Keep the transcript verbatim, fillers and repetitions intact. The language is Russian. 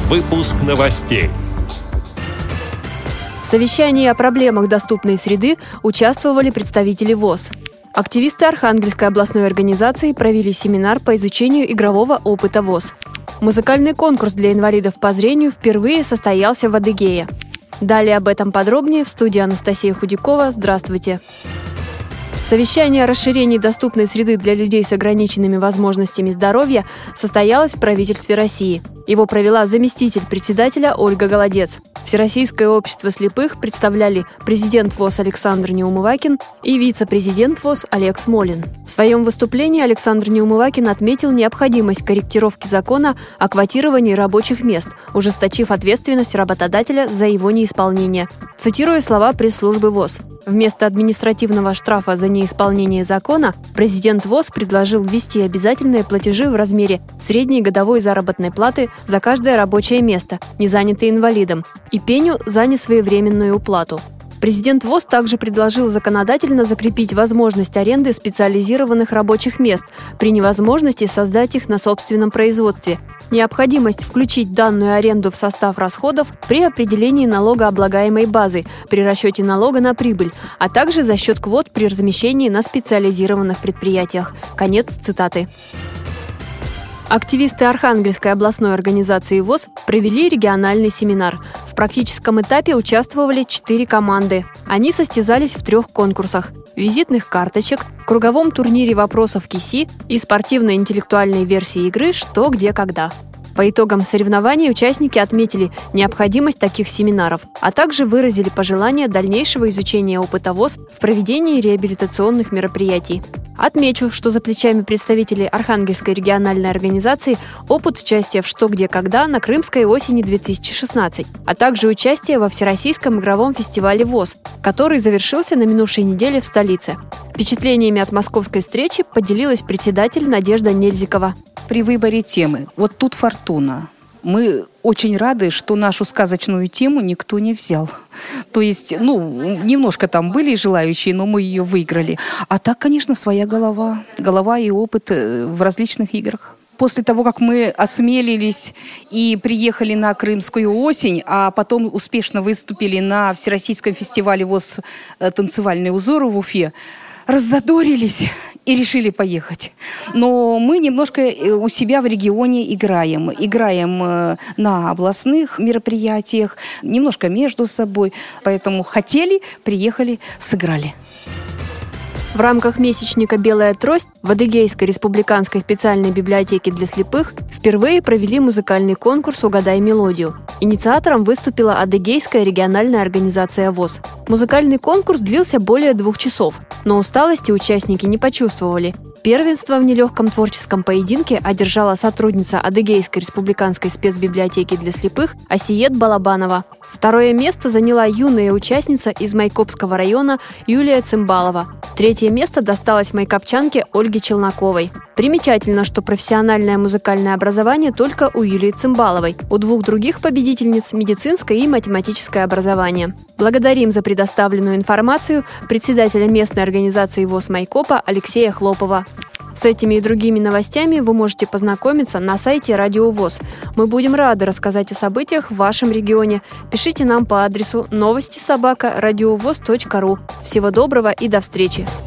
Выпуск новостей. В совещании о проблемах доступной среды участвовали представители ВОС. Активисты Архангельской областной организации провели семинар по изучению игрового опыта ВОС. Музыкальный конкурс для инвалидов по зрению впервые состоялся в Адыгее. Далее об этом подробнее в студии Анастасия Худякова. Здравствуйте! Совещание о расширении доступной среды для людей с ограниченными возможностями здоровья состоялось в правительстве России. Его провела заместитель председателя Ольга Голодец. Всероссийское общество слепых представляли президент ВОС Александр Неумывакин и вице-президент ВОС Олег Смолин. В своем выступлении Александр Неумывакин отметил необходимость корректировки закона о квотировании рабочих мест, ужесточив ответственность работодателя за его неисполнение. Цитирую слова пресс-службы ВОС. Вместо административного штрафа за неисполнение закона президент ВОС предложил ввести обязательные платежи в размере средней годовой заработной платы за каждое рабочее место, не занятое инвалидом, и пеню за несвоевременную уплату. Президент ВОС также предложил законодательно закрепить возможность аренды специализированных рабочих мест при невозможности создать их на собственном производстве, необходимость включить данную аренду в состав расходов при определении налогооблагаемой базы при расчете налога на прибыль, а также за счет квот при размещении на специализированных предприятиях. Конец цитаты. Активисты Архангельской областной организации ВОС провели региональный семинар. В практическом этапе участвовали четыре команды. Они состязались в трех конкурсах: визитных карточек, круговом турнире вопросов КИСИ и спортивно-интеллектуальной версии игры «Что, где, когда». По итогам соревнований участники отметили необходимость таких семинаров, а также выразили пожелание дальнейшего изучения опыта ВОС в проведении реабилитационных мероприятий. Отмечу, что за плечами представителей Архангельской региональной организации опыт участия в «Что, где, когда» на Крымской осени две тысячи шестнадцать, а также участие во Всероссийском игровом фестивале ВОС, который завершился на минувшей неделе в столице. Впечатлениями от московской встречи поделилась председатель Надежда Нельзикова. При выборе темы вот тут фортуна. Мы очень рады, что нашу сказочную тему никто не взял. То есть, ну, немножко там были желающие, но мы ее выиграли. А так, конечно, своя голова. Голова и опыт в различных играх. После того, как мы осмелились и приехали на Крымскую осень, а потом успешно выступили на Всероссийском фестивале ВОС «Танцевальные узоры» в Уфе, раззадорились и решили поехать. Но мы немножко у себя в регионе играем. Играем на областных мероприятиях, немножко между собой. Поэтому хотели, приехали, сыграли. В рамках месячника «Белая трость» в Адыгейской республиканской специальной библиотеке для слепых впервые провели музыкальный конкурс «Угадай мелодию». Инициатором выступила Адыгейская региональная организация ВОС. Музыкальный конкурс длился более двух часов, но усталости участники не почувствовали. Первенство в нелегком творческом поединке одержала сотрудница Адыгейской республиканской спецбиблиотеки для слепых Асиет Балабанова. Второе место заняла юная участница из Майкопского района Юлия Цимбалова. Третье место досталось майкопчанке Ольге Челноковой. Примечательно, что профессиональное музыкальное образование только у Юлии Цимбаловой. У двух других победительниц – медицинское и математическое образование. Благодарим за предоставленную информацию председателя местной организации ВОС Майкопа Алексея Хлопова. С этими и другими новостями вы можете познакомиться на сайте Радио ВОС. Мы будем рады рассказать о событиях в вашем регионе. Пишите нам по адресу новости собака радиовос точка ру. Всего доброго и до встречи!